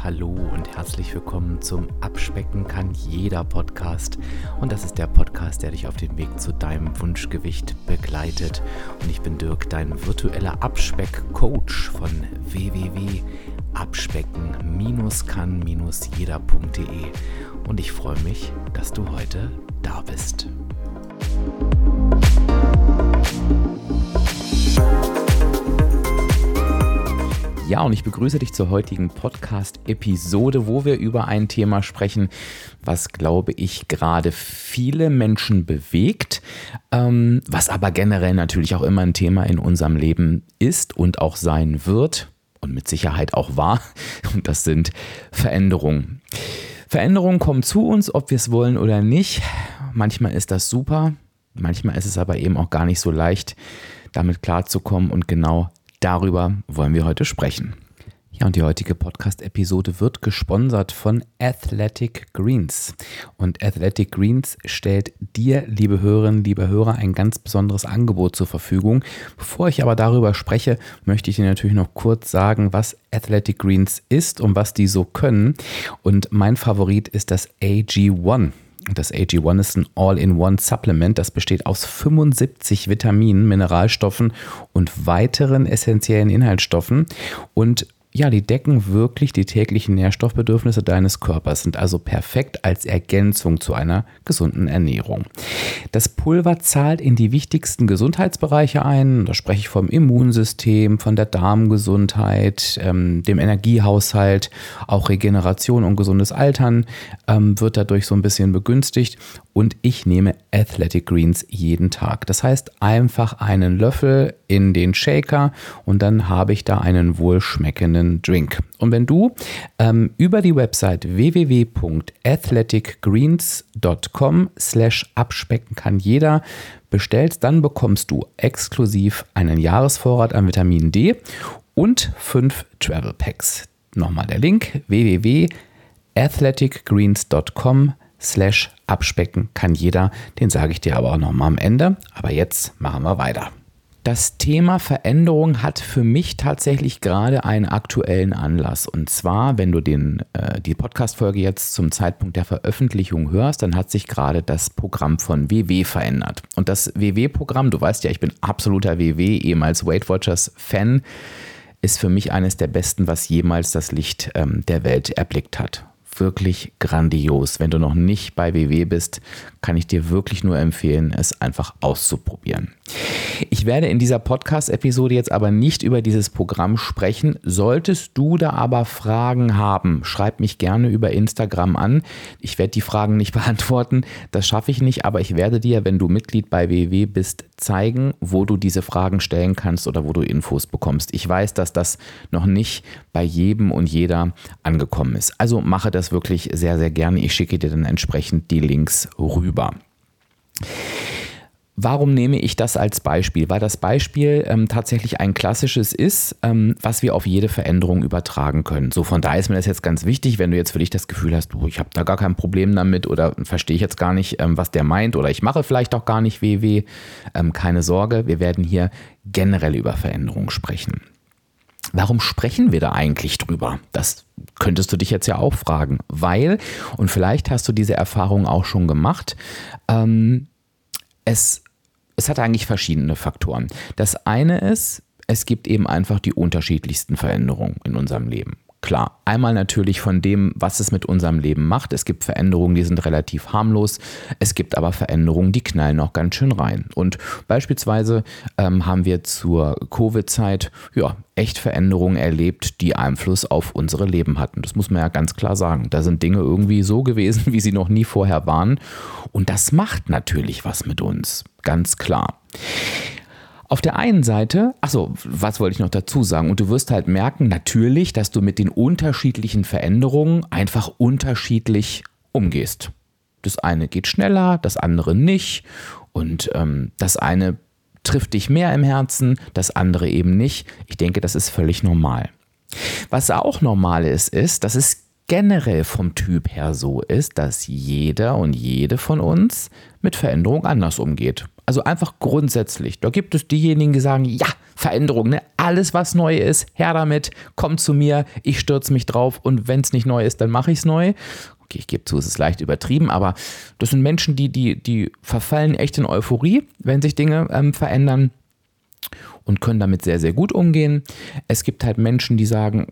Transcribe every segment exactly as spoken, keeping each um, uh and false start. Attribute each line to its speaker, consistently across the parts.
Speaker 1: hallo und herzlich willkommen zum Abspecken kann jeder Podcast. Und das ist der Podcast, der dich auf dem Weg zu deinem Wunschgewicht begleitet. Und ich bin Dirk, dein virtueller Abspeck-Coach von w w w punkt abspecken kann jeder punkt de. Und ich freue mich, dass du heute da bist. Ja, und ich begrüße dich zur heutigen Podcast-Episode, wo wir über ein Thema sprechen, was, glaube ich, gerade viele Menschen bewegt, ähm, was aber generell natürlich auch immer ein Thema in unserem Leben ist und auch sein wird und mit Sicherheit auch war. Und das sind Veränderungen. Veränderungen kommen zu uns, ob wir es wollen oder nicht. Manchmal ist das super, manchmal ist es aber eben auch gar nicht so leicht, damit klarzukommen, und genau darüber wollen wir heute sprechen. Ja, und die heutige Podcast-Episode wird gesponsert von Athletic Greens. Und Athletic Greens stellt dir, liebe Hörerinnen, liebe Hörer, ein ganz besonderes Angebot zur Verfügung. Bevor ich aber darüber spreche, möchte ich dir natürlich noch kurz sagen, was Athletic Greens ist und was die so können. Und mein Favorit ist das A G eins. Das A G eins ist ein All-in-One-Supplement, das besteht aus fünfundsiebzig Vitaminen, Mineralstoffen und weiteren essentiellen Inhaltsstoffen. Und ja, die decken wirklich die täglichen Nährstoffbedürfnisse deines Körpers, sind also perfekt als Ergänzung zu einer gesunden Ernährung. Das Pulver zahlt in die wichtigsten Gesundheitsbereiche ein. Da spreche ich vom Immunsystem, von der Darmgesundheit, ähm, dem Energiehaushalt, auch Regeneration und gesundes Altern ähm, wird dadurch so ein bisschen begünstigt. Und ich nehme Athletic Greens jeden Tag. Das heißt, einfach einen Löffel in den Shaker und dann habe ich da einen wohlschmeckenden Drink. Und wenn du ähm, über die Website w w w punkt athletic greens punkt com slash abspecken kann jeder bestellst, dann bekommst du exklusiv einen Jahresvorrat an Vitamin D und fünf Travel Packs. Nochmal der Link: w w w punkt athletic greens punkt com slash abspecken kann jeder. Den sage ich dir aber auch nochmal am Ende. Aber jetzt machen wir weiter. Das Thema Veränderung hat für mich tatsächlich gerade einen aktuellen Anlass. Und zwar, wenn du den, äh, die Podcast-Folge jetzt zum Zeitpunkt der Veröffentlichung hörst, dann hat sich gerade das Programm von W W verändert. Und das W W-Programm, du weißt ja, ich bin absoluter W W, ehemals Weight Watchers-Fan, ist für mich eines der besten, was jemals das Licht ähm, der Welt erblickt hat. Wirklich grandios. Wenn du noch nicht bei W W bist, kann ich dir wirklich nur empfehlen, es einfach auszuprobieren. Ich werde in dieser Podcast-Episode jetzt aber nicht über dieses Programm sprechen. Solltest du da aber Fragen haben, schreib mich gerne über Instagram an. Ich werde die Fragen nicht beantworten, das schaffe ich nicht, aber ich werde dir, wenn du Mitglied bei W W bist, zeigen, wo du diese Fragen stellen kannst oder wo du Infos bekommst. Ich weiß, dass das noch nicht bei jedem und jeder angekommen ist. Also mache das wirklich sehr, sehr gerne. Ich schicke dir dann entsprechend die Links rüber. Warum nehme ich das als Beispiel? Weil das Beispiel ähm, tatsächlich ein klassisches ist, ähm, was wir auf jede Veränderung übertragen können. So, von daher ist mir das jetzt ganz wichtig, wenn du jetzt für dich das Gefühl hast, oh, ich habe da gar kein Problem damit oder verstehe ich jetzt gar nicht, ähm, was der meint, oder ich mache vielleicht auch gar nicht W W. Ähm, keine Sorge, wir werden hier generell über Veränderungen sprechen. Warum sprechen wir da eigentlich drüber? Das könntest du dich jetzt ja auch fragen, weil, und vielleicht hast du diese Erfahrung auch schon gemacht, ähm, es Es hat eigentlich verschiedene Faktoren. Das eine ist, es gibt eben einfach die unterschiedlichsten Veränderungen in unserem Leben. Klar, einmal natürlich von dem, was es mit unserem Leben macht. Es gibt Veränderungen, die sind relativ harmlos. Es gibt aber Veränderungen, die knallen auch ganz schön rein. Und beispielsweise ähm, haben wir zur Covid-Zeit ja, echt Veränderungen erlebt, die Einfluss auf unsere Leben hatten. Das muss man ja ganz klar sagen. Da sind Dinge irgendwie so gewesen, wie sie noch nie vorher waren. Und das macht natürlich was mit uns, ganz klar. Auf der einen Seite, achso, was wollte ich noch dazu sagen? Und du wirst halt merken, natürlich, dass du mit den unterschiedlichen Veränderungen einfach unterschiedlich umgehst. Das eine geht schneller, das andere nicht. Und ähm, das eine trifft dich mehr im Herzen, das andere eben nicht. Ich denke, das ist völlig normal. Was auch normal ist, ist, dass es generell vom Typ her so ist, dass jeder und jede von uns mit Veränderung anders umgeht. Also einfach grundsätzlich. Da gibt es diejenigen, die sagen, ja, Veränderung, ne? Alles, was neu ist, her damit, kommt zu mir, ich stürze mich drauf und wenn es nicht neu ist, dann mache ich es neu. Okay, ich gebe zu, es ist leicht übertrieben, aber das sind Menschen, die, die, die verfallen echt in Euphorie, wenn sich Dinge ähm, verändern und können damit sehr, sehr gut umgehen. Es gibt halt Menschen, die sagen,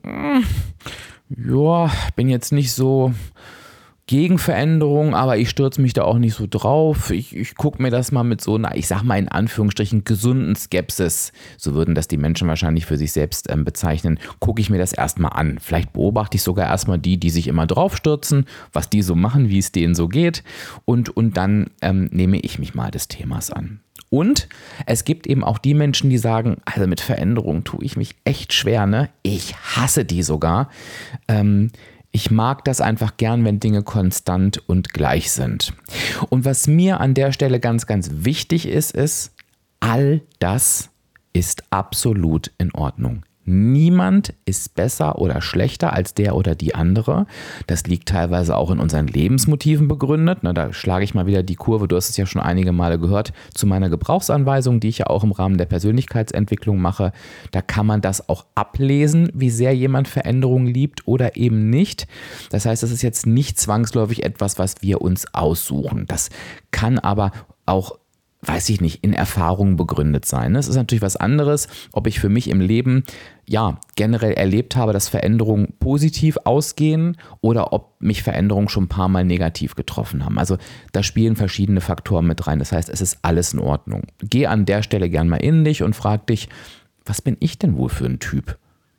Speaker 1: ja, bin jetzt nicht so gegen Veränderung, aber ich stürze mich da auch nicht so drauf. Ich, ich gucke mir das mal mit so einer, ich sag mal in Anführungsstrichen, gesunden Skepsis, so würden das die Menschen wahrscheinlich für sich selbst ähm, bezeichnen, gucke ich mir das erstmal an. Vielleicht beobachte ich sogar erstmal die, die sich immer drauf stürzen, was die so machen, wie es denen so geht und, und dann ähm, nehme ich mich mal des Themas an. Und es gibt eben auch die Menschen, die sagen, also mit Veränderung tue ich mich echt schwer, ne? Ich hasse die sogar. Ähm, Ich mag das einfach gern, wenn Dinge konstant und gleich sind. Und was mir an der Stelle ganz, ganz wichtig ist, ist, all das ist absolut in Ordnung. Niemand ist besser oder schlechter als der oder die andere. Das liegt teilweise auch in unseren Lebensmotiven begründet. Na, da schlage ich mal wieder die Kurve, du hast es ja schon einige Male gehört, zu meiner Gebrauchsanweisung, die ich ja auch im Rahmen der Persönlichkeitsentwicklung mache. Da kann man das auch ablesen, wie sehr jemand Veränderungen liebt oder eben nicht. Das heißt, das ist jetzt nicht zwangsläufig etwas, was wir uns aussuchen. Das kann aber auch, weiß ich nicht, in Erfahrungen begründet sein. Es ist natürlich was anderes, ob ich für mich im Leben ja generell erlebt habe, dass Veränderungen positiv ausgehen oder ob mich Veränderungen schon ein paar Mal negativ getroffen haben. Also da spielen verschiedene Faktoren mit rein. Das heißt, es ist alles in Ordnung. Geh an der Stelle gern mal in dich und frag dich, was bin ich denn wohl für ein Typ?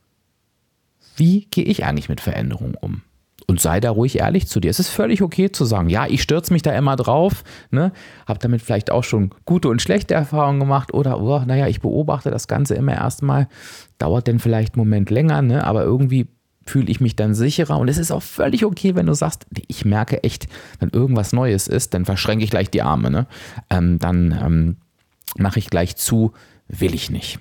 Speaker 1: Wie gehe ich eigentlich mit Veränderungen um? Und sei da ruhig ehrlich zu dir. Es ist völlig okay zu sagen, ja, ich stürze mich da immer drauf, ne? Habe damit vielleicht auch schon gute und schlechte Erfahrungen gemacht oder, oh, naja, ich beobachte das Ganze immer erstmal, dauert denn vielleicht einen Moment länger, ne? Aber irgendwie fühle ich mich dann sicherer und es ist auch völlig okay, wenn du sagst, ich merke echt, wenn irgendwas Neues ist, dann verschränke ich gleich die Arme, ne? Ähm, dann ähm, mache ich gleich zu, will ich nicht.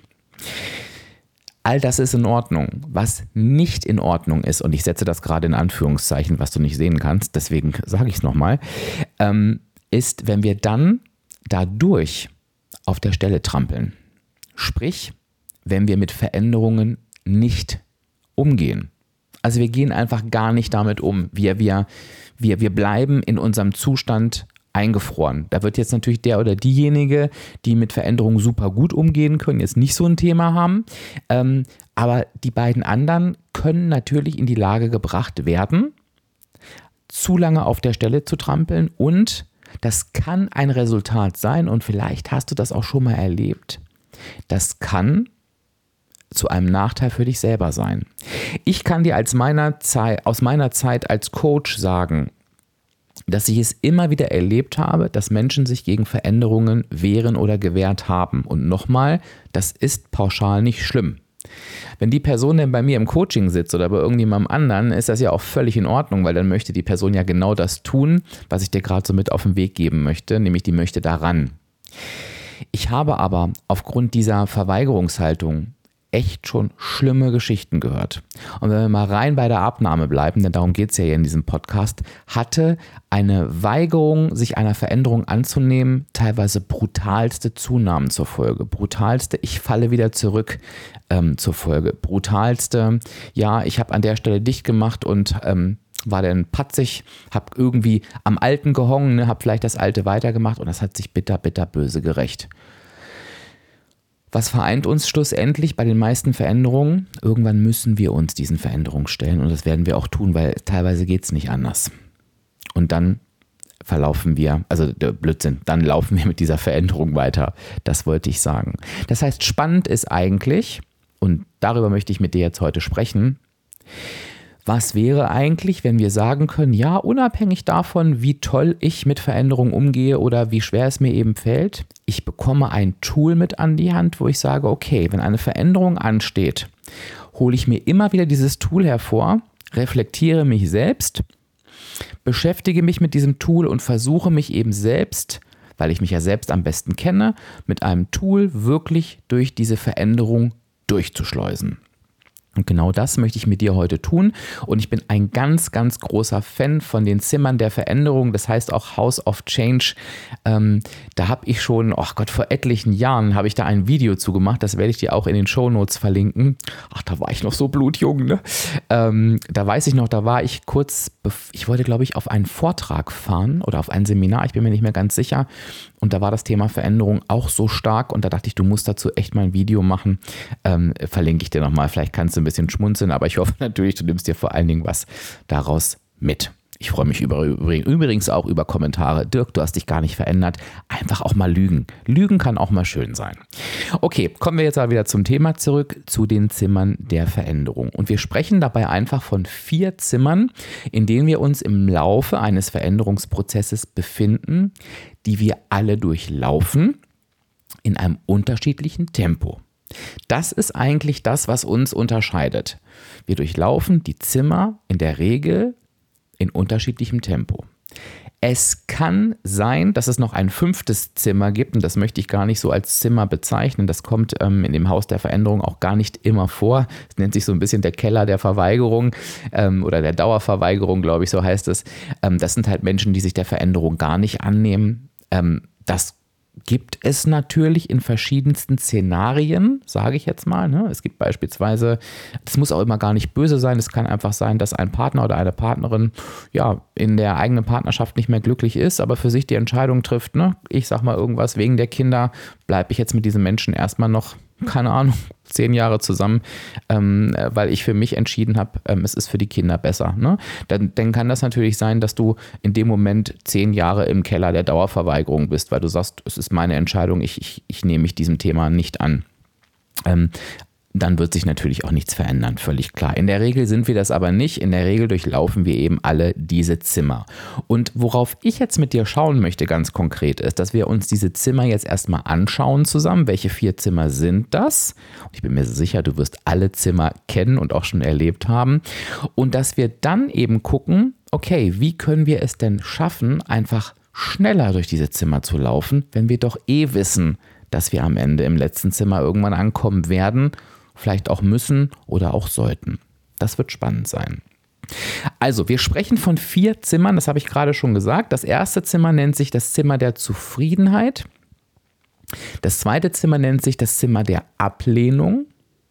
Speaker 1: All das ist in Ordnung. Was nicht in Ordnung ist, und ich setze das gerade in Anführungszeichen, was du nicht sehen kannst, deswegen sage ich es nochmal, ähm, ist, wenn wir dann dadurch auf der Stelle trampeln. Sprich, wenn wir mit Veränderungen nicht umgehen. Also wir gehen einfach gar nicht damit um. Wir, wir, wir, wir bleiben in unserem Zustand eingefroren. Da wird jetzt natürlich der oder diejenige, die mit Veränderungen super gut umgehen können, jetzt nicht so ein Thema haben. Ähm, aber die beiden anderen können natürlich in die Lage gebracht werden, zu lange auf der Stelle zu trampeln und das kann ein Resultat sein und vielleicht hast du das auch schon mal erlebt. Das kann zu einem Nachteil für dich selber sein. Ich kann dir als meiner Zeit, aus meiner Zeit als Coach sagen, dass ich es immer wieder erlebt habe, dass Menschen sich gegen Veränderungen wehren oder gewehrt haben. Und nochmal, das ist pauschal nicht schlimm. Wenn die Person denn bei mir im Coaching sitzt oder bei irgendjemandem anderen, ist das ja auch völlig in Ordnung, weil dann möchte die Person ja genau das tun, was ich dir gerade so mit auf den Weg geben möchte, nämlich die möchte daran. Ich habe aber aufgrund dieser Verweigerungshaltung echt schon schlimme Geschichten gehört. Und wenn wir mal rein bei der Abnahme bleiben, denn darum geht es ja hier in diesem Podcast, hatte eine Weigerung, sich einer Veränderung anzunehmen, teilweise brutalste Zunahmen zur Folge. Brutalste, ich falle wieder zurück ähm, zur Folge. Brutalste, ja, ich habe an der Stelle dicht gemacht und ähm, war dann patzig, habe irgendwie am Alten gehongen, ne, habe vielleicht das Alte weitergemacht und das hat sich bitter, bitter böse gerächt. Was vereint uns schlussendlich bei den meisten Veränderungen? Irgendwann müssen wir uns diesen Veränderungen stellen und das werden wir auch tun, weil teilweise geht es nicht anders. Und dann verlaufen wir, also der Blödsinn, dann laufen wir mit dieser Veränderung weiter. Das wollte ich sagen. Das heißt, spannend ist eigentlich, und darüber möchte ich mit dir jetzt heute sprechen, was wäre eigentlich, wenn wir sagen können, ja, unabhängig davon, wie toll ich mit Veränderungen umgehe oder wie schwer es mir eben fällt, ich bekomme ein Tool mit an die Hand, wo ich sage, okay, wenn eine Veränderung ansteht, hole ich mir immer wieder dieses Tool hervor, reflektiere mich selbst, beschäftige mich mit diesem Tool und versuche mich eben selbst, weil ich mich ja selbst am besten kenne, mit einem Tool wirklich durch diese Veränderung durchzuschleusen. Und genau das möchte ich mit dir heute tun. Und ich bin ein ganz, ganz großer Fan von den Zimmern der Veränderung. Das heißt auch House of Change. Ähm, da habe ich schon, oh Gott, vor etlichen Jahren habe ich da ein Video zu gemacht. Das werde ich dir auch in den Shownotes verlinken. Ach, da war ich noch so blutjung, ne? Ähm, da weiß ich noch, da war ich kurz, ich wollte, glaube ich, auf einen Vortrag fahren oder auf ein Seminar. Ich bin mir nicht mehr ganz sicher. Und da war das Thema Veränderung auch so stark. Und da dachte ich, du musst dazu echt mal ein Video machen. Ähm, verlinke ich dir nochmal. Vielleicht kannst du ein bisschen schmunzeln, aber ich hoffe natürlich, du nimmst dir vor allen Dingen was daraus mit. Ich freue mich über, übrigens auch über Kommentare. Dirk, du hast dich gar nicht verändert. Einfach auch mal lügen. Lügen kann auch mal schön sein. Okay, kommen wir jetzt aber wieder zum Thema zurück, zu den Zimmern der Veränderung. Und wir sprechen dabei einfach von vier Zimmern, in denen wir uns im Laufe eines Veränderungsprozesses befinden, die wir alle durchlaufen in einem unterschiedlichen Tempo. Das ist eigentlich das, was uns unterscheidet. Wir durchlaufen die Zimmer in der Regel in unterschiedlichem Tempo. Es kann sein, dass es noch ein fünftes Zimmer gibt, und das möchte ich gar nicht so als Zimmer bezeichnen. Das kommt ähm, in dem Haus der Veränderung auch gar nicht immer vor. Es nennt sich so ein bisschen der Keller der Verweigerung ähm, oder der Dauerverweigerung, glaube ich, so heißt es. Ähm, das sind halt Menschen, die sich der Veränderung gar nicht annehmen. Ähm, das gibt es natürlich in verschiedensten Szenarien, sage ich jetzt mal. Ne? Es gibt beispielsweise, das muss auch immer gar nicht böse sein, es kann einfach sein, dass ein Partner oder eine Partnerin ja in der eigenen Partnerschaft nicht mehr glücklich ist, aber für sich die Entscheidung trifft, ne? Ich sag mal irgendwas, wegen der Kinder bleibe ich jetzt mit diesem Menschen erstmal noch, keine Ahnung, zehn Jahre zusammen, ähm, weil ich für mich entschieden habe, ähm, es ist für die Kinder besser. Ne? Dann, dann kann das natürlich sein, dass du in dem Moment zehn Jahre im Keller der Dauerverweigerung bist, weil du sagst, es ist meine Entscheidung, ich, ich, ich nehme mich diesem Thema nicht an. Ähm, dann wird sich natürlich auch nichts verändern, völlig klar. In der Regel sind wir das aber nicht. In der Regel durchlaufen wir eben alle diese Zimmer. Und worauf ich jetzt mit dir schauen möchte, ganz konkret, ist, dass wir uns diese Zimmer jetzt erstmal anschauen zusammen. Welche vier Zimmer sind das? Und ich bin mir sicher, du wirst alle Zimmer kennen und auch schon erlebt haben. Und dass wir dann eben gucken, okay, wie können wir es denn schaffen, einfach schneller durch diese Zimmer zu laufen, wenn wir doch eh wissen, dass wir am Ende im letzten Zimmer irgendwann ankommen werden, vielleicht auch müssen oder auch sollten. Das wird spannend sein. Also, wir sprechen von vier Zimmern, das habe ich gerade schon gesagt. Das erste Zimmer nennt sich das Zimmer der Zufriedenheit. Das zweite Zimmer nennt sich das Zimmer der Ablehnung.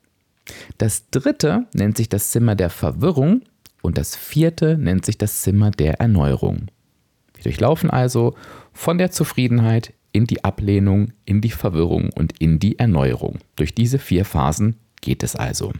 Speaker 1: Das dritte nennt sich das Zimmer der Verwirrung. Und das vierte nennt sich das Zimmer der Erneuerung. Wir durchlaufen also von der Zufriedenheit in die Ablehnung, in die Verwirrung und in die Erneuerung. Durch diese vier Phasen geht es also.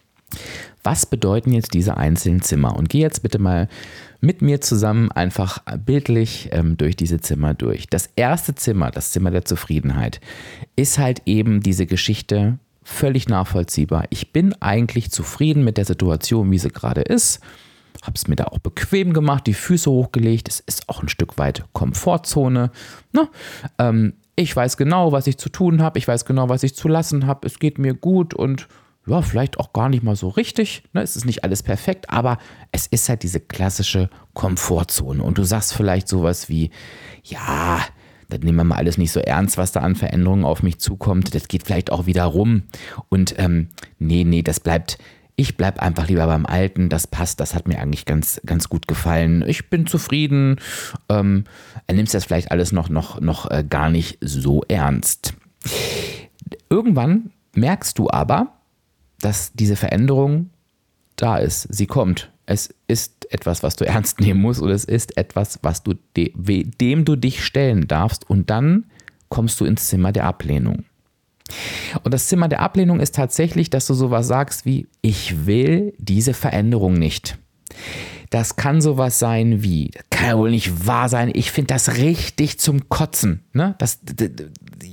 Speaker 1: Was bedeuten jetzt diese einzelnen Zimmer? Und geh jetzt bitte mal mit mir zusammen einfach bildlich ähm, durch diese Zimmer durch. Das erste Zimmer, das Zimmer der Zufriedenheit, ist halt eben diese Geschichte völlig nachvollziehbar. Ich bin eigentlich zufrieden mit der Situation, wie sie gerade ist. Habe es mir da auch bequem gemacht, die Füße hochgelegt. Es ist auch ein Stück weit Komfortzone. Ne? Ähm, ich weiß genau, was ich zu tun habe. Ich weiß genau, was ich zu lassen habe. Es geht mir gut und ja, vielleicht auch gar nicht mal so richtig. Ne? Es ist nicht alles perfekt, aber es ist halt diese klassische Komfortzone. Und du sagst vielleicht sowas wie, ja, dann nehmen wir mal alles nicht so ernst, was da an Veränderungen auf mich zukommt. Das geht vielleicht auch wieder rum. Und ähm, nee, nee, das bleibt... Ich bleibe einfach lieber beim Alten, das passt, das hat mir eigentlich ganz, ganz gut gefallen. Ich bin zufrieden. Ähm, er nimmt das vielleicht alles noch, noch, noch äh, gar nicht so ernst. Irgendwann merkst du aber, dass diese Veränderung da ist. Sie kommt. Es ist etwas, was du ernst nehmen musst, oder es ist etwas, was du de- dem du dich stellen darfst. Und dann kommst du ins Zimmer der Ablehnung. Und das Zimmer der Ablehnung ist tatsächlich, dass du sowas sagst wie, ich will diese Veränderung nicht. Das kann sowas sein wie, kann ja wohl nicht wahr sein, ich finde das richtig zum Kotzen. Ne? Das, d- d-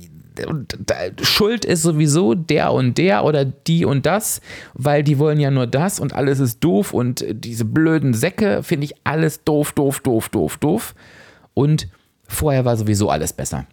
Speaker 1: d- Schuld ist sowieso der und der oder die und das, weil die wollen ja nur das und alles ist doof und diese blöden Säcke finde ich alles doof, doof, doof, doof, doof. Und vorher war sowieso alles besser.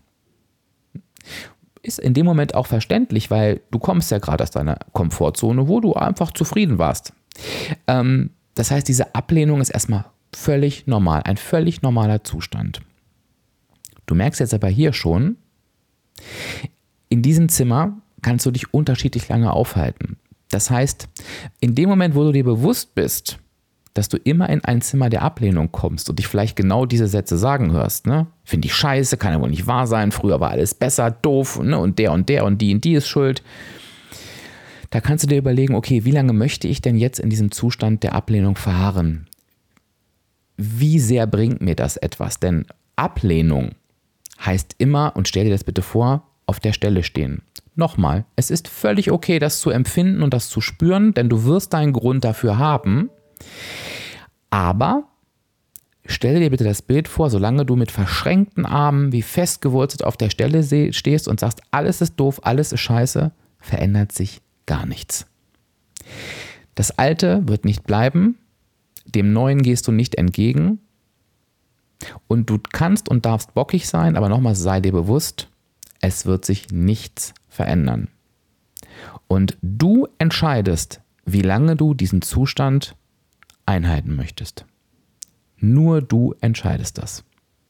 Speaker 1: Ist in dem Moment auch verständlich, weil du kommst ja gerade aus deiner Komfortzone, wo du einfach zufrieden warst. Ähm, das heißt, diese Ablehnung ist erstmal völlig normal, ein völlig normaler Zustand. Du merkst jetzt aber hier schon, in diesem Zimmer kannst du dich unterschiedlich lange aufhalten. Das heißt, in dem Moment, wo du dir bewusst bist, dass du immer in ein Zimmer der Ablehnung kommst und dich vielleicht genau diese Sätze sagen hörst, ne? Finde ich scheiße, kann ja wohl nicht wahr sein, früher war alles besser, doof, ne? Und der und der und die und die ist schuld. Da kannst du dir überlegen, okay, wie lange möchte ich denn jetzt in diesem Zustand der Ablehnung verharren? Wie sehr bringt mir das etwas? Denn Ablehnung heißt immer, und stell dir das bitte vor, auf der Stelle stehen. Nochmal, es ist völlig okay, das zu empfinden und das zu spüren, denn du wirst deinen Grund dafür haben. Aber stell dir bitte das Bild vor, solange du mit verschränkten Armen wie festgewurzelt auf der Stelle stehst und sagst, alles ist doof, alles ist scheiße, verändert sich gar nichts. Das Alte wird nicht bleiben, dem Neuen gehst du nicht entgegen und du kannst und darfst bockig sein, aber nochmal sei dir bewusst, es wird sich nichts verändern. Und du entscheidest, wie lange du diesen Zustand einhalten möchtest. Nur du entscheidest das.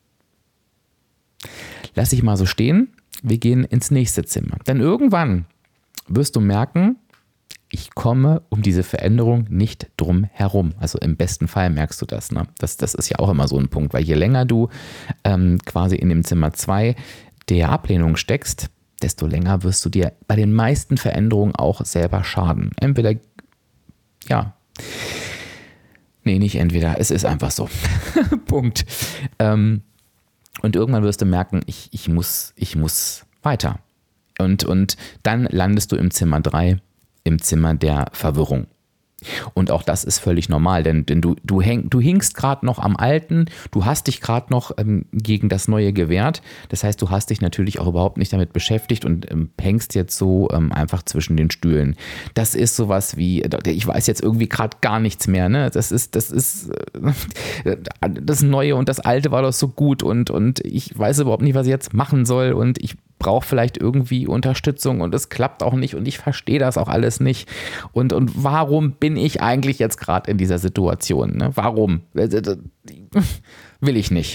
Speaker 1: Lass dich mal so stehen, wir gehen ins nächste Zimmer. Denn irgendwann wirst du merken, ich komme um diese Veränderung nicht drum herum. Also im besten Fall merkst du das. Ne? Das, das ist ja auch immer so ein Punkt, weil je länger du ähm, quasi in dem Zimmer zwei der Ablehnung steckst, desto länger wirst du dir bei den meisten Veränderungen auch selber schaden. Entweder, ja, nee, nicht entweder, es ist einfach so. Punkt. Ähm, und irgendwann wirst du merken, ich, ich, muss, ich muss weiter. Und, und dann landest du im Zimmer drei, im Zimmer der Verwirrung. Und auch das ist völlig normal, denn, denn du, du, häng, du hinkst gerade noch am Alten, du hast dich gerade noch ähm, gegen das Neue gewehrt. Das heißt, du hast dich natürlich auch überhaupt nicht damit beschäftigt und ähm, hängst jetzt so ähm, einfach zwischen den Stühlen. Das ist sowas wie, ich weiß jetzt irgendwie gerade gar nichts mehr. Ne? Das ist, das ist, äh, das Neue und das Alte war doch so gut und, und ich weiß überhaupt nicht, was ich jetzt machen soll und ich brauche vielleicht irgendwie Unterstützung und es klappt auch nicht und ich verstehe das auch alles nicht. Und, und warum bin ich eigentlich jetzt gerade in dieser Situation? Ne? Warum? Will ich nicht.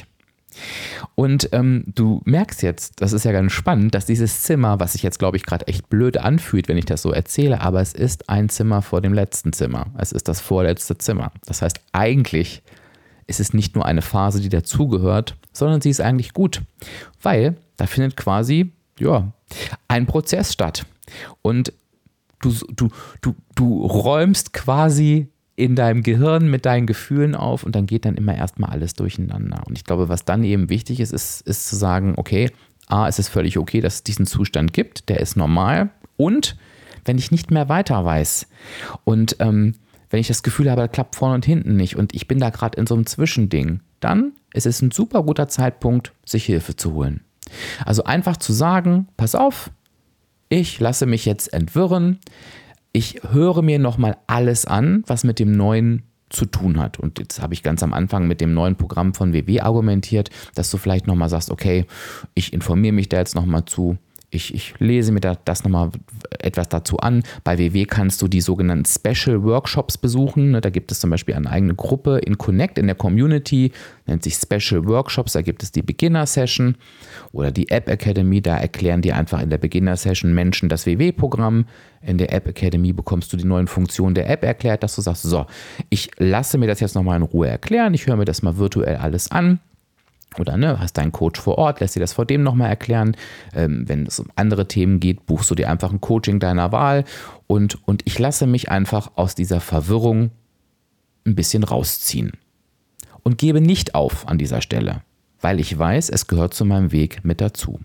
Speaker 1: Und ähm, du merkst jetzt, das ist ja ganz spannend, dass dieses Zimmer, was sich jetzt, glaube ich, gerade echt blöd anfühlt, wenn ich das so erzähle, aber es ist ein Zimmer vor dem letzten Zimmer. Es ist das vorletzte Zimmer. Das heißt, eigentlich ist es nicht nur eine Phase, die dazugehört, sondern sie ist eigentlich gut, weil da findet quasi ja, ein Prozess statt. Und du, du, du, du räumst quasi in deinem Gehirn mit deinen Gefühlen auf und dann geht dann immer erstmal alles durcheinander. Und ich glaube, was dann eben wichtig ist, ist, ist zu sagen, okay, A, es ist völlig okay, dass es diesen Zustand gibt, der ist normal. Und wenn ich nicht mehr weiter weiß und ähm, wenn ich das Gefühl habe, da klappt vorne und hinten nicht und ich bin da gerade in so einem Zwischending, dann ist es ein super guter Zeitpunkt, sich Hilfe zu holen. Also einfach zu sagen, pass auf, ich lasse mich jetzt entwirren, ich höre mir nochmal alles an, was mit dem Neuen zu tun hat. Und jetzt habe ich ganz am Anfang mit dem neuen Programm von W W argumentiert, dass du vielleicht nochmal sagst, okay, ich informiere mich da jetzt nochmal zu. Ich, ich lese mir da, das nochmal etwas dazu an. Bei W W kannst du die sogenannten Special Workshops besuchen. Da gibt es zum Beispiel eine eigene Gruppe in Connect, in der Community, nennt sich Special Workshops. Da gibt es die Beginner Session oder die App Academy. Da erklären dir einfach in der Beginner Session Menschen das W W-Programm. In der App Academy bekommst du die neuen Funktionen der App erklärt, dass du sagst, so, ich lasse mir das jetzt nochmal in Ruhe erklären. Ich höre mir das mal virtuell alles an. Oder ne, hast deinen Coach vor Ort, lässt dir das vor dem nochmal erklären. Ähm, wenn es um andere Themen geht, buchst du dir einfach ein Coaching deiner Wahl. Und, und ich lasse mich einfach aus dieser Verwirrung ein bisschen rausziehen. Und gebe nicht auf an dieser Stelle, weil ich weiß, es gehört zu meinem Weg mit dazu.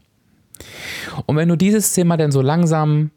Speaker 1: Und wenn du dieses Thema dann so langsam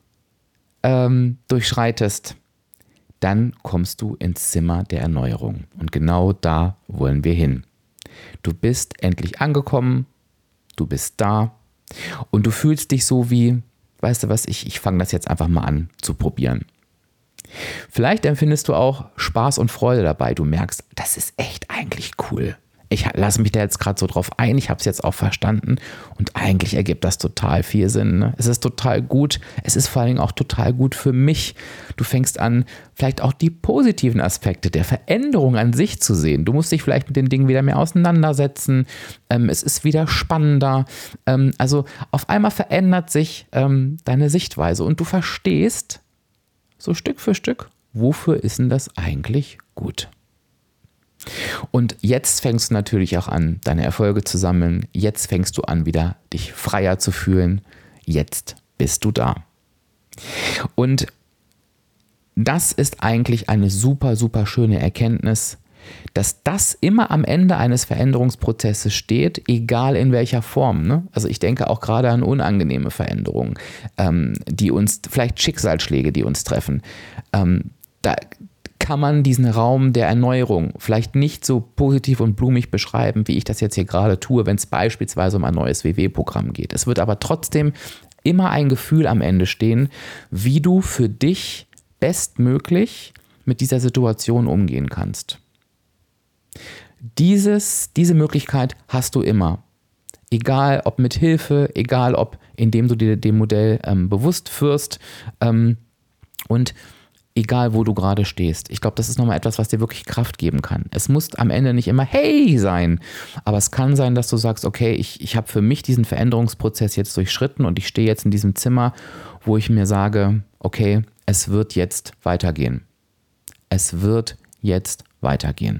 Speaker 1: ähm, durchschreitest, dann kommst du ins Zimmer der Erneuerung. Und genau da wollen wir hin. Du bist endlich angekommen, du bist da und du fühlst dich so wie, weißt du was, ich, ich fange das jetzt einfach mal an zu probieren. Vielleicht empfindest du auch Spaß und Freude dabei. Du merkst, das ist echt eigentlich cool. Ich lasse mich da jetzt gerade so drauf ein, ich habe es jetzt auch verstanden und eigentlich ergibt das total viel Sinn. Ne? Es ist total gut, es ist vor allem auch total gut für mich. Du fängst an, vielleicht auch die positiven Aspekte der Veränderung an sich zu sehen. Du musst dich vielleicht mit den Dingen wieder mehr auseinandersetzen, ähm, es ist wieder spannender. Ähm, also auf einmal verändert sich ähm, deine Sichtweise und du verstehst, so Stück für Stück, wofür ist denn das eigentlich gut? Und jetzt fängst du natürlich auch an, deine Erfolge zu sammeln. Jetzt fängst du an, wieder dich freier zu fühlen. Jetzt bist du da. Und das ist eigentlich eine super, super schöne Erkenntnis, dass das immer am Ende eines Veränderungsprozesses steht, egal in welcher Form. Ne? Also ich denke auch gerade an unangenehme Veränderungen, ähm, die uns, vielleicht Schicksalsschläge, die uns treffen. Ähm, da kann man diesen Raum der Erneuerung vielleicht nicht so positiv und blumig beschreiben, wie ich das jetzt hier gerade tue, wenn es beispielsweise um ein neues W W-Programm geht. Es wird aber trotzdem immer ein Gefühl am Ende stehen, wie du für dich bestmöglich mit dieser Situation umgehen kannst. Dieses, diese Möglichkeit hast du immer. Egal ob mit Hilfe, egal ob indem du dir dem Modell ähm, bewusst wirst ähm, und egal wo du gerade stehst. Ich glaube, das ist nochmal etwas, was dir wirklich Kraft geben kann. Es muss am Ende nicht immer hey sein, aber es kann sein, dass du sagst, okay, ich, ich habe für mich diesen Veränderungsprozess jetzt durchschritten und ich stehe jetzt in diesem Zimmer, wo ich mir sage, okay, es wird jetzt weitergehen. Es wird jetzt weitergehen.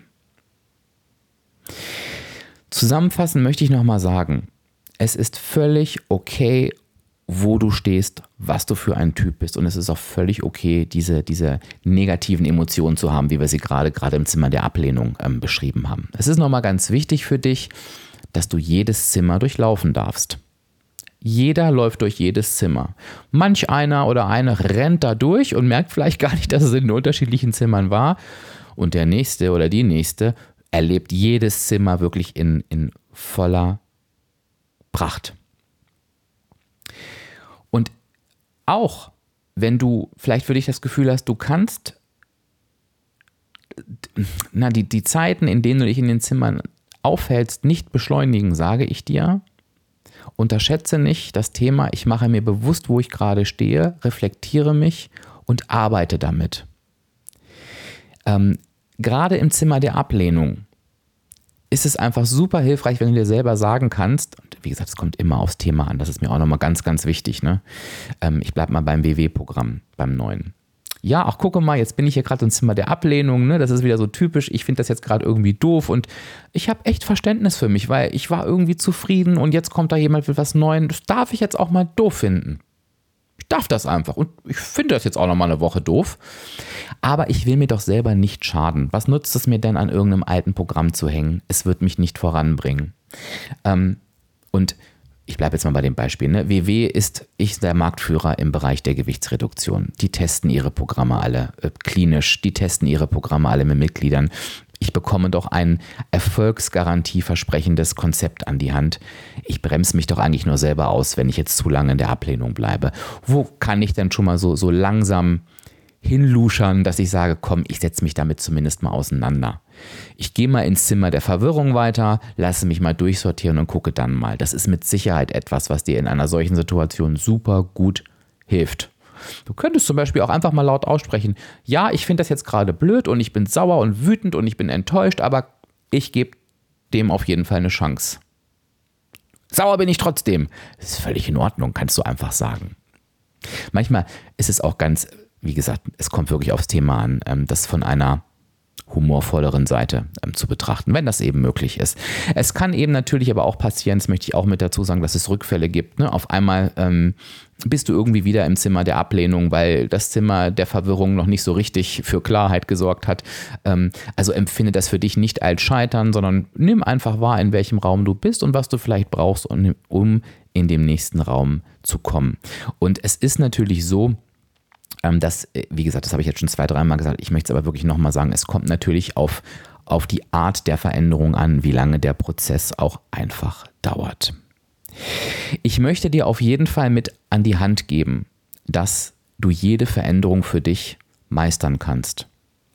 Speaker 1: Zusammenfassend möchte ich nochmal sagen, es ist völlig okay, wo du stehst, was du für ein Typ bist. Und es ist auch völlig okay, diese, diese negativen Emotionen zu haben, wie wir sie gerade, gerade im Zimmer der Ablehnung ähm, beschrieben haben. Es ist nochmal ganz wichtig für dich, dass du jedes Zimmer durchlaufen darfst. Jeder läuft durch jedes Zimmer. Manch einer oder eine rennt da durch und merkt vielleicht gar nicht, dass es in den unterschiedlichen Zimmern war. Und der Nächste oder die Nächste erlebt jedes Zimmer wirklich in, in voller Pracht. Und auch wenn du vielleicht für dich das Gefühl hast, du kannst na, die, die Zeiten, in denen du dich in den Zimmern aufhältst, nicht beschleunigen, sage ich dir, unterschätze nicht das Thema, ich mache mir bewusst, wo ich gerade stehe, reflektiere mich und arbeite damit. Ähm, gerade im Zimmer der Ablehnung ist es einfach super hilfreich, wenn du dir selber sagen kannst, und wie gesagt, es kommt immer aufs Thema an, das ist mir auch nochmal ganz, ganz wichtig, ne? Ähm, ich bleibe mal beim W W-Programm, beim neuen. Ja, ach gucke mal, jetzt bin ich hier gerade im Zimmer der Ablehnung, ne? Das ist wieder so typisch, ich finde das jetzt gerade irgendwie doof und ich habe echt Verständnis für mich, weil ich war irgendwie zufrieden und jetzt kommt da jemand mit was Neuem, das darf ich jetzt auch mal doof finden. Ich darf das einfach und ich finde das jetzt auch noch mal eine Woche doof. Aber ich will mir doch selber nicht schaden. Was nutzt es mir denn, an irgendeinem alten Programm zu hängen? Es wird mich nicht voranbringen. Ähm, und ich bleibe jetzt mal bei dem Beispiel. Ne? W W ist ich der Marktführer im Bereich der Gewichtsreduktion. Die testen ihre Programme alle äh, klinisch. Die testen ihre Programme alle mit Mitgliedern. Ich bekomme doch ein erfolgsgarantieversprechendes Konzept an die Hand. Ich bremse mich doch eigentlich nur selber aus, wenn ich jetzt zu lange in der Ablehnung bleibe. Wo kann ich denn schon mal so, so langsam hinluschern, dass ich sage, komm, ich setze mich damit zumindest mal auseinander. Ich gehe mal ins Zimmer der Verwirrung weiter, lasse mich mal durchsortieren und gucke dann mal. Das ist mit Sicherheit etwas, was dir in einer solchen Situation super gut hilft. Du könntest zum Beispiel auch einfach mal laut aussprechen, ja, ich finde das jetzt gerade blöd und ich bin sauer und wütend und ich bin enttäuscht, aber ich gebe dem auf jeden Fall eine Chance. Sauer bin ich trotzdem. Das ist völlig in Ordnung, kannst du einfach sagen. Manchmal ist es auch ganz, wie gesagt, es kommt wirklich aufs Thema an, das von einer humorvolleren Seite ähm, zu betrachten, wenn das eben möglich ist. Es kann eben natürlich aber auch passieren, das möchte ich auch mit dazu sagen, dass es Rückfälle gibt. Ne? Auf einmal ähm, bist du irgendwie wieder im Zimmer der Ablehnung, weil das Zimmer der Verwirrung noch nicht so richtig für Klarheit gesorgt hat. Ähm, also empfinde das für dich nicht als Scheitern, sondern nimm einfach wahr, in welchem Raum du bist und was du vielleicht brauchst, um in den nächsten Raum zu kommen. Und es ist natürlich so, das, wie gesagt, das habe ich jetzt schon zwei, dreimal gesagt, ich möchte es aber wirklich nochmal sagen, es kommt natürlich auf, auf die Art der Veränderung an, wie lange der Prozess auch einfach dauert. Ich möchte dir auf jeden Fall mit an die Hand geben, dass du jede Veränderung für dich meistern kannst.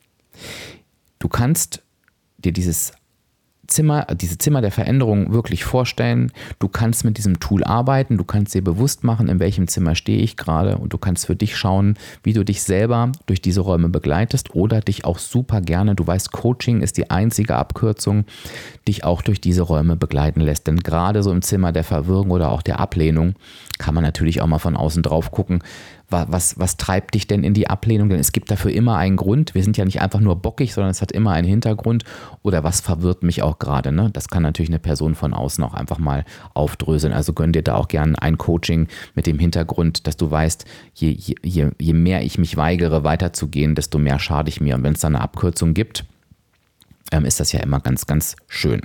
Speaker 1: Du kannst dir dieses Zimmer, diese Zimmer der Veränderung wirklich vorstellen. Du kannst mit diesem Tool arbeiten, du kannst dir bewusst machen, in welchem Zimmer stehe ich gerade und du kannst für dich schauen, wie du dich selber durch diese Räume begleitest oder dich auch super gerne, du weißt, Coaching ist die einzige Abkürzung, dich auch durch diese Räume begleiten lässt. Denn gerade so im Zimmer der Verwirrung oder auch der Ablehnung kann man natürlich auch mal von außen drauf gucken, Was, was treibt dich denn in die Ablehnung? Denn es gibt dafür immer einen Grund. Wir sind ja nicht einfach nur bockig, sondern es hat immer einen Hintergrund. Oder was verwirrt mich auch gerade? Ne? Das kann natürlich eine Person von außen auch einfach mal aufdröseln. Also gönn dir da auch gerne ein Coaching mit dem Hintergrund, dass du weißt, je, je, je mehr ich mich weigere, weiterzugehen, desto mehr schade ich mir. Und wenn es da eine Abkürzung gibt, ähm, ist das ja immer ganz, ganz schön.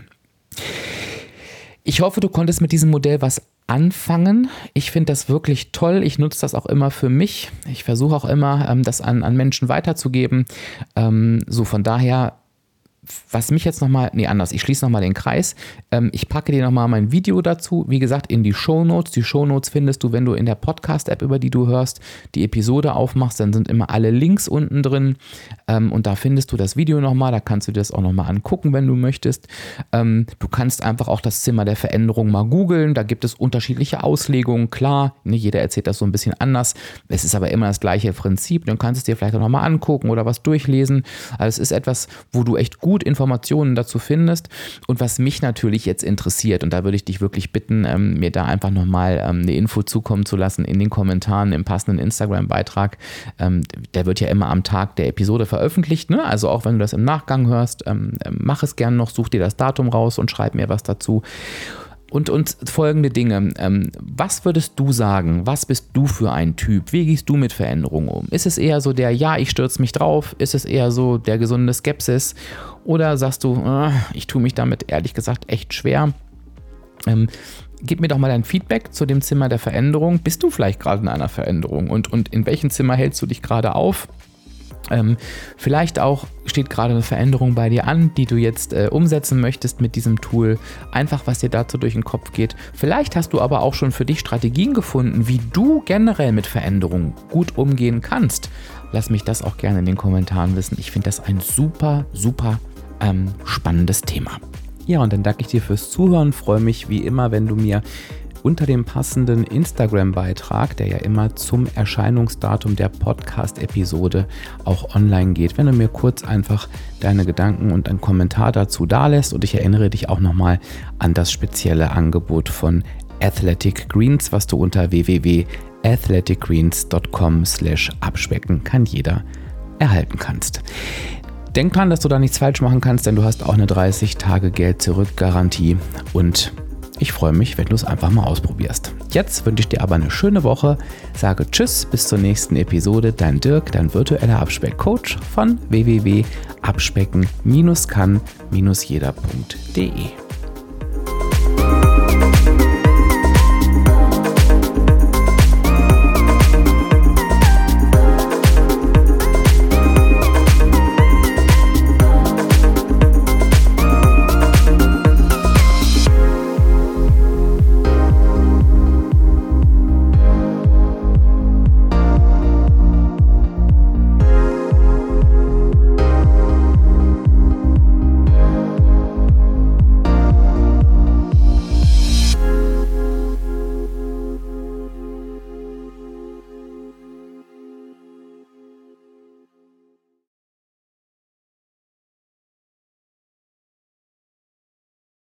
Speaker 1: Ich hoffe, du konntest mit diesem Modell was anfangen. Ich finde das wirklich toll. Ich nutze das auch immer für mich. Ich versuche auch immer, ähm, das an, an Menschen weiterzugeben. Ähm, so von daher, was mich jetzt nochmal, nee anders, ich schließe nochmal den Kreis. Ähm, ich packe dir nochmal mein Video dazu, wie gesagt, in die Shownotes. Die Shownotes findest du, wenn du in der Podcast-App, über die du hörst, die Episode aufmachst, dann sind immer alle Links unten drin ähm, und da findest du das Video nochmal, da kannst du dir das auch nochmal angucken, wenn du möchtest. Ähm, du kannst einfach auch das Zimmer der Veränderung mal googeln, da gibt es unterschiedliche Auslegungen, klar, ne, jeder erzählt das so ein bisschen anders, es ist aber immer das gleiche Prinzip, dann kannst du es dir vielleicht auch nochmal angucken oder was durchlesen. Also es ist etwas, wo du echt gut Informationen dazu findest und was mich natürlich jetzt interessiert und da würde ich dich wirklich bitten, ähm, mir da einfach nochmal ähm, eine Info zukommen zu lassen in den Kommentaren im passenden Instagram-Beitrag. Ähm, der wird ja immer am Tag der Episode veröffentlicht, ne? Also auch wenn du das im Nachgang hörst, ähm, mach es gern noch, such dir das Datum raus und schreib mir was dazu. Und, und folgende Dinge, ähm, was würdest du sagen, was bist du für ein Typ, wie gehst du mit Veränderungen um? Ist es eher so der, ja, ich stürze mich drauf, ist es eher so der gesunde Skepsis oder sagst du, äh, ich tue mich damit ehrlich gesagt echt schwer? Ähm, gib mir doch mal dein Feedback zu dem Zimmer der Veränderung. Bist du vielleicht gerade in einer Veränderung und, und in welchem Zimmer hältst du dich gerade auf? Ähm, vielleicht auch steht gerade eine Veränderung bei dir an, die du jetzt äh, umsetzen möchtest mit diesem Tool. Einfach, was dir dazu durch den Kopf geht. Vielleicht hast du aber auch schon für dich Strategien gefunden, wie du generell mit Veränderungen gut umgehen kannst. Lass mich das auch gerne in den Kommentaren wissen. Ich finde das ein super, super ähm, spannendes Thema. Ja, und dann danke ich dir fürs Zuhören. Freue mich wie immer, wenn du mir unter dem passenden Instagram-Beitrag, der ja immer zum Erscheinungsdatum der Podcast-Episode auch online geht, wenn du mir kurz einfach deine Gedanken und einen Kommentar dazu dalässt. Und ich erinnere dich auch nochmal an das spezielle Angebot von Athletic Greens, was du unter w w w punkt athletic greens punkt com slash abspecken kann jeder erhalten kannst. Denk dran, dass du da nichts falsch machen kannst, denn du hast auch eine dreißig Tage Geld-Zurück-Garantie und ich freue mich, wenn du es einfach mal ausprobierst. Jetzt wünsche ich dir aber eine schöne Woche, sage Tschüss, bis zur nächsten Episode. Dein Dirk, dein virtueller Abspeck-Coach von w w w punkt abspecken kann jeder punkt de.